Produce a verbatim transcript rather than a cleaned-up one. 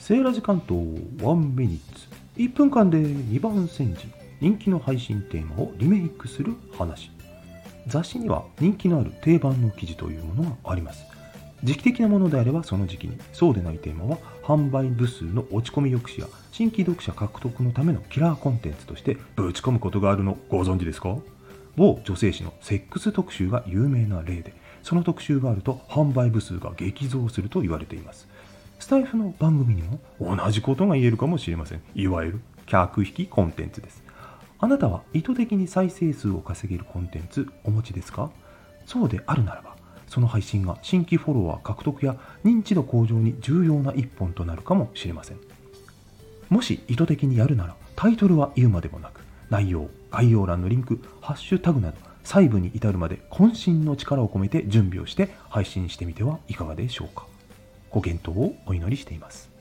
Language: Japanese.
セーラ時間とワンミニッツ。いっぷんかんでにばん煎じ。人気の配信テーマをリメイクする話。雑誌には人気のある定番の記事というものがあります。時期的なものであればその時期に、そうでないテーマは販売部数の落ち込み抑止や新規読者獲得のためのキラーコンテンツとしてぶち込むことがあるのご存知ですか？某女性誌のセックス特集が有名な例で、その特集があると販売部数が激増すると言われています。スタイフの番組にも同じことが言えるかもしれません。いわゆる客引きコンテンツです。あなたは意図的に再生数を稼げるコンテンツお持ちですか？そうであるならば、その配信が新規フォロワー獲得や認知度向上に重要な一本となるかもしれません。もし意図的にやるなら、タイトルは言うまでもなく、内容、概要欄のリンク、ハッシュタグなど細部に至るまで渾身の力を込めて準備をして配信してみてはいかがでしょうか。ご検討をお祈りしています。